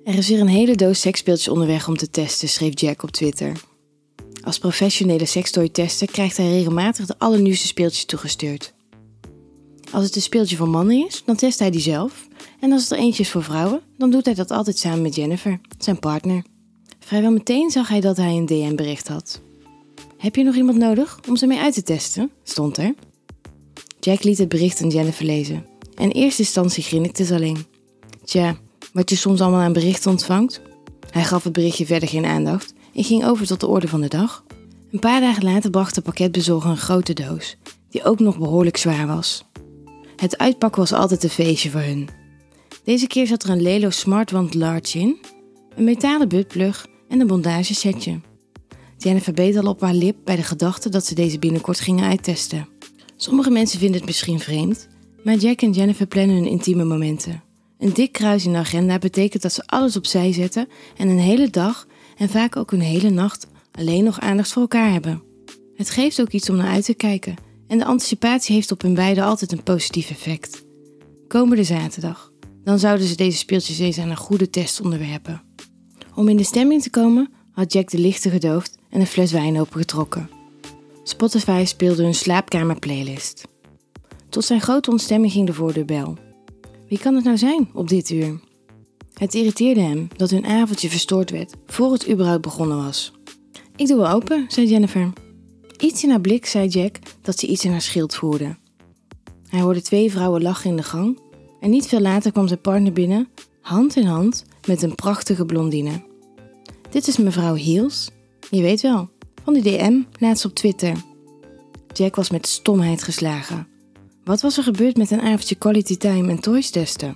Er is weer een hele doos seksspeeltjes onderweg om te testen, schreef Jack op Twitter. Als professionele sextoy-tester krijgt hij regelmatig de allernieuwste speeltjes toegestuurd. Als het een speeltje voor mannen is, dan test hij die zelf. En als het er eentje is voor vrouwen, dan doet hij dat altijd samen met Jennifer, zijn partner. Vrijwel meteen zag hij dat hij een DM-bericht had. Heb je nog iemand nodig om ze mee uit te testen? Stond er. Jack liet het bericht aan Jennifer lezen. En in eerste instantie grinnikte ze alleen. Tja, wat je soms allemaal aan berichten ontvangt. Hij gaf het berichtje verder geen aandacht en ging over tot de orde van de dag. Een paar dagen later bracht de pakketbezorger een grote doos, die ook nog behoorlijk zwaar was. Het uitpakken was altijd een feestje voor hun. Deze keer zat er een Lelo Smartwand Large in, een metalen buttplug en een bondagesetje. Jennifer beet al op haar lip bij de gedachte dat ze deze binnenkort gingen uittesten. Sommige mensen vinden het misschien vreemd, maar Jack en Jennifer plannen hun intieme momenten. Een dik kruis in de agenda betekent dat ze alles opzij zetten en een hele dag en vaak ook een hele nacht alleen nog aandacht voor elkaar hebben. Het geeft ook iets om naar uit te kijken en de anticipatie heeft op hun beiden altijd een positief effect. Komende zaterdag, dan zouden ze deze speeltjes eens aan een goede test onderwerpen. Om in de stemming te komen had Jack de lichten gedoofd en een fles wijn opengetrokken. Spotify speelde hun slaapkamer-playlist. Tot zijn grote ontstemming ging de voordeurbel. Wie kan het nou zijn op dit uur? Het irriteerde hem dat hun avondje verstoord werd voor het überhaupt begonnen was. Ik doe wel open, zei Jennifer. Iets in haar blik zei Jack dat ze iets in haar schild voerde. Hij hoorde 2 vrouwen lachen in de gang en niet veel later kwam zijn partner binnen, hand in hand met een prachtige blondine. Dit is mevrouw Heels, je weet wel, van die DM laatst op Twitter. Jack was met stomheid geslagen. Wat was er gebeurd met een avondje quality time en toys testen?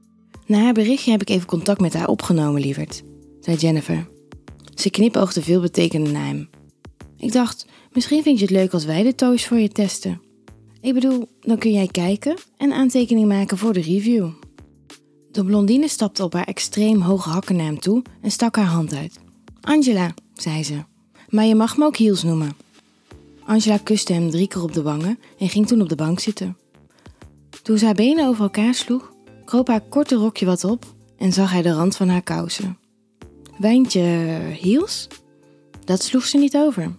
Na haar berichtje heb ik even contact met haar opgenomen, lieverd, zei Jennifer. Ze knipoogde veelbetekenend naar hem. Ik dacht, misschien vind je het leuk als wij de toys voor je testen. Ik bedoel, dan kun jij kijken en aantekening maken voor de review. De blondine stapte op haar extreem hoge hakken naar hem toe en stak haar hand uit. Angela, zei ze, maar je mag me ook Heels noemen. Angela kuste hem 3 keer op de wangen en ging toen op de bank zitten. Toen ze haar benen over elkaar sloeg, kroop haar korte rokje wat op en zag hij de rand van haar kousen. Wijntje Heels? Dat sloeg ze niet over.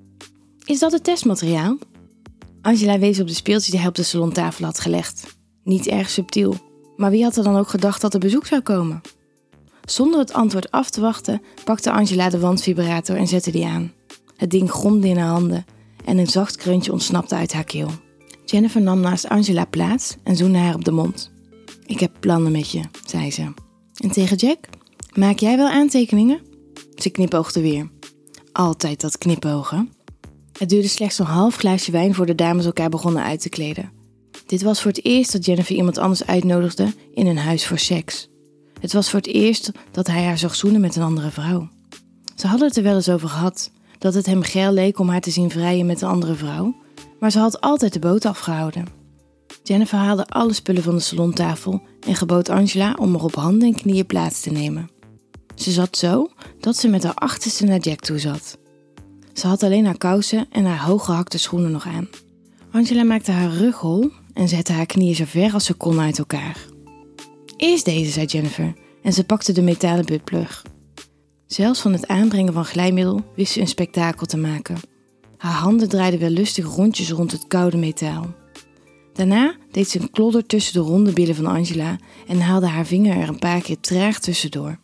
Is dat het testmateriaal? Angela wees op de speeltjes die hij op de salontafel had gelegd. Niet erg subtiel, maar wie had er dan ook gedacht dat er bezoek zou komen? Zonder het antwoord af te wachten, pakte Angela de wandvibrator en zette die aan. Het ding gromde in haar handen en een zacht kreuntje ontsnapte uit haar keel. Jennifer nam naast Angela plaats en zoende haar op de mond. Ik heb plannen met je, zei ze. En tegen Jack? Maak jij wel aantekeningen? Ze knipoogde weer. Altijd dat knipogen. Het duurde slechts een half glaasje wijn voor de dames elkaar begonnen uit te kleden. Dit was voor het eerst dat Jennifer iemand anders uitnodigde in een huis voor seks. Het was voor het eerst dat hij haar zag zoenen met een andere vrouw. Ze hadden het er wel eens over gehad, dat het hem geil leek om haar te zien vrijen met een andere vrouw, maar ze had altijd de boot afgehouden. Jennifer haalde alle spullen van de salontafel en gebood Angela om er op handen en knieën plaats te nemen. Ze zat zo dat ze met haar achterste naar Jack toe zat. Ze had alleen haar kousen en haar hooggehakte schoenen nog aan. Angela maakte haar rug hol en zette haar knieën zo ver als ze kon uit elkaar. Eerst deze, zei Jennifer, en ze pakte de metalen buttplug. Zelfs van het aanbrengen van glijmiddel wist ze een spektakel te maken. Haar handen draaiden weer lustig rondjes rond het koude metaal. Daarna deed ze een klodder tussen de ronde billen van Angela en haalde haar vinger er een paar keer traag tussendoor.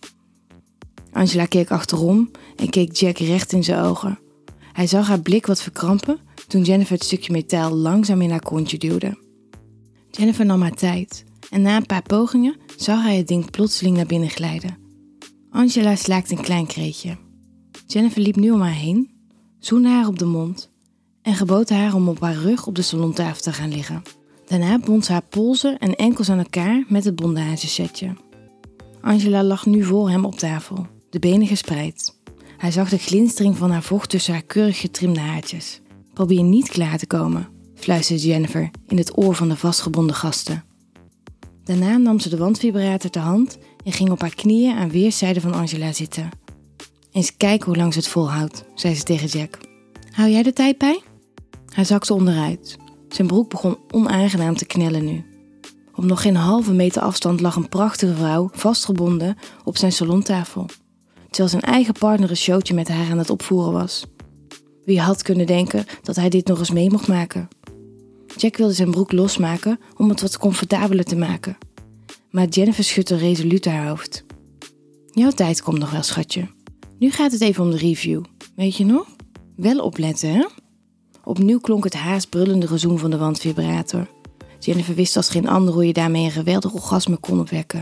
Angela keek achterom en keek Jack recht in zijn ogen. Hij zag haar blik wat verkrampen toen Jennifer het stukje metaal langzaam in haar kontje duwde. Jennifer nam haar tijd en na een paar pogingen zag hij het ding plotseling naar binnen glijden. Angela slaakte een klein kreetje. Jennifer liep nu om haar heen, zoende haar op de mond en gebood haar om op haar rug op de salontafel te gaan liggen. Daarna bond ze haar polsen en enkels aan elkaar met het bondagesetje. Angela lag nu voor hem op tafel, de benen gespreid. Hij zag de glinstering van haar vocht tussen haar keurig getrimde haartjes. Probeer niet klaar te komen, fluisterde Jennifer in het oor van de vastgebonden gasten. Daarna nam ze de wandvibrator ter hand en ging op haar knieën aan weerszijden van Angela zitten. Eens kijken hoe lang ze het volhoudt, zei ze tegen Jack. Hou jij de tijd bij? Hij zakte onderuit. Zijn broek begon onaangenaam te knellen nu. Op nog geen halve meter afstand lag een prachtige vrouw vastgebonden op zijn salontafel, terwijl zijn eigen partner een showtje met haar aan het opvoeren was. Wie had kunnen denken dat hij dit nog eens mee mocht maken? Jack wilde zijn broek losmaken om het wat comfortabeler te maken. Maar Jennifer schudde resoluut haar hoofd. Jouw tijd komt nog wel, schatje. Nu gaat het even om de review. Weet je nog? Wel opletten, hè? Opnieuw klonk het haast brullende gezoem van de wandvibrator. Jennifer wist als geen ander hoe je daarmee een geweldig orgasme kon opwekken.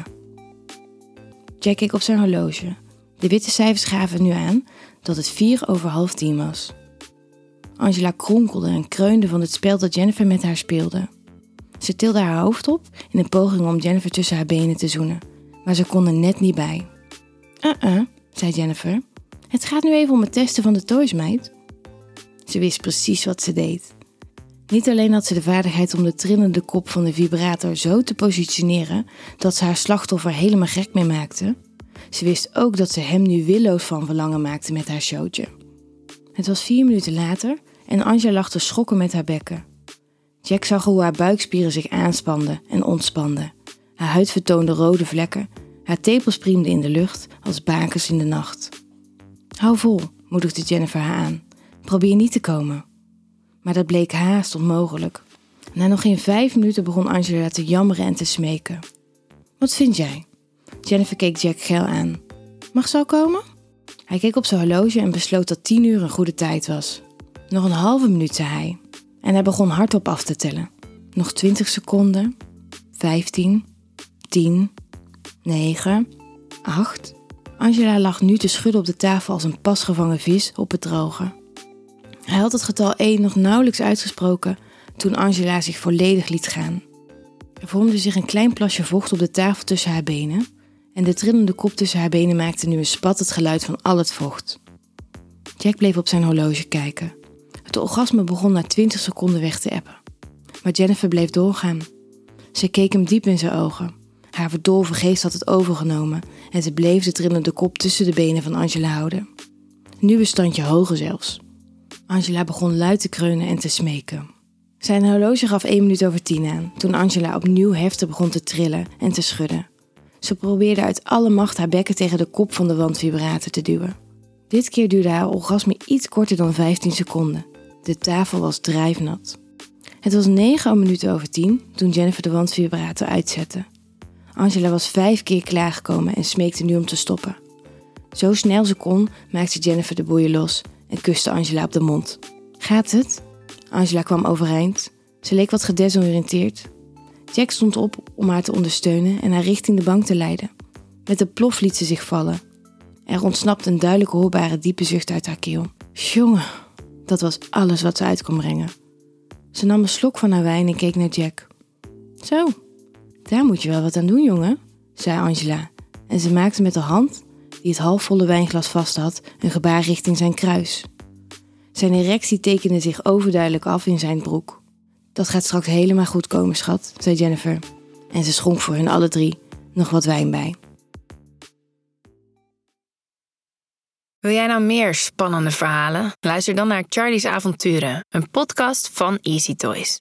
Jack keek op zijn horloge. De witte cijfers gaven nu aan dat het 9:45 was. Angela kronkelde en kreunde van het spel dat Jennifer met haar speelde. Ze tilde haar hoofd op in een poging om Jennifer tussen haar benen te zoenen, maar ze kon er net niet bij. Zei Jennifer. Het gaat nu even om het testen van de toys, meid. Ze wist precies wat ze deed. Niet alleen had ze de vaardigheid om de trillende kop van de vibrator zo te positioneren dat ze haar slachtoffer helemaal gek mee maakte. Ze wist ook dat ze hem nu willoos van verlangen maakte met haar showtje. Het was 4 minuten later en Angela lag te schokken met haar bekken. Jack zag hoe haar buikspieren zich aanspanden en ontspanden. Haar huid vertoonde rode vlekken, haar tepels priemden in de lucht als bakens in de nacht. Hou vol, moedigde Jennifer haar aan. Probeer niet te komen. Maar dat bleek haast onmogelijk. Na nog geen 5 minuten begon Angela te jammeren en te smeken. Wat vind jij? Jennifer keek Jack geil aan. Mag ze al komen? Hij keek op zijn horloge en besloot dat 10 uur een goede tijd was. Nog een halve minuut, zei hij. En hij begon hardop af te tellen. Nog 20 seconden. 15. 10. 9. 8. Angela lag nu te schudden op de tafel als een pasgevangen vis op het droge. Hij had het getal 1 nog nauwelijks uitgesproken toen Angela zich volledig liet gaan. Er vormde zich een klein plasje vocht op de tafel tussen haar benen en de trillende kop tussen haar benen maakte nu een spattend geluid van al het vocht. Jack bleef op zijn horloge kijken. Het orgasme begon na 20 seconden weg te ebben. Maar Jennifer bleef doorgaan. Ze keek hem diep in zijn ogen. Haar verdolven geest had het overgenomen en ze bleef de trillende kop tussen de benen van Angela houden. Nu een standje hoger zelfs. Angela begon luid te kreunen en te smeken. Zijn horloge gaf 10:01 aan, toen Angela opnieuw heftig begon te trillen en te schudden. Ze probeerde uit alle macht haar bekken tegen de kop van de wandvibrator te duwen. Dit keer duurde haar orgasme iets korter dan 15 seconden. De tafel was drijfnat. Het was 9:10 toen Jennifer de wandvibrator uitzette. Angela was 5 keer klaargekomen en smeekte nu om te stoppen. Zo snel ze kon, maakte Jennifer de boeien los en kuste Angela op de mond. Gaat het? Angela kwam overeind. Ze leek wat gedesoriënteerd. Jack stond op om haar te ondersteunen en haar richting de bank te leiden. Met een plof liet ze zich vallen. Er ontsnapte een duidelijk hoorbare diepe zucht uit haar keel. Jongen, dat was alles wat ze uit kon brengen. Ze nam een slok van haar wijn en keek naar Jack. Zo, daar moet je wel wat aan doen, jongen, zei Angela. En ze maakte met de hand, die het halfvolle wijnglas vast had, een gebaar richting zijn kruis. Zijn erectie tekende zich overduidelijk af in zijn broek. Dat gaat straks helemaal goed komen, schat, zei Jennifer. En ze schonk voor hen alle 3 nog wat wijn bij. Wil jij nou meer spannende verhalen? Luister dan naar Charlie's Avonturen, een podcast van Easy Toys.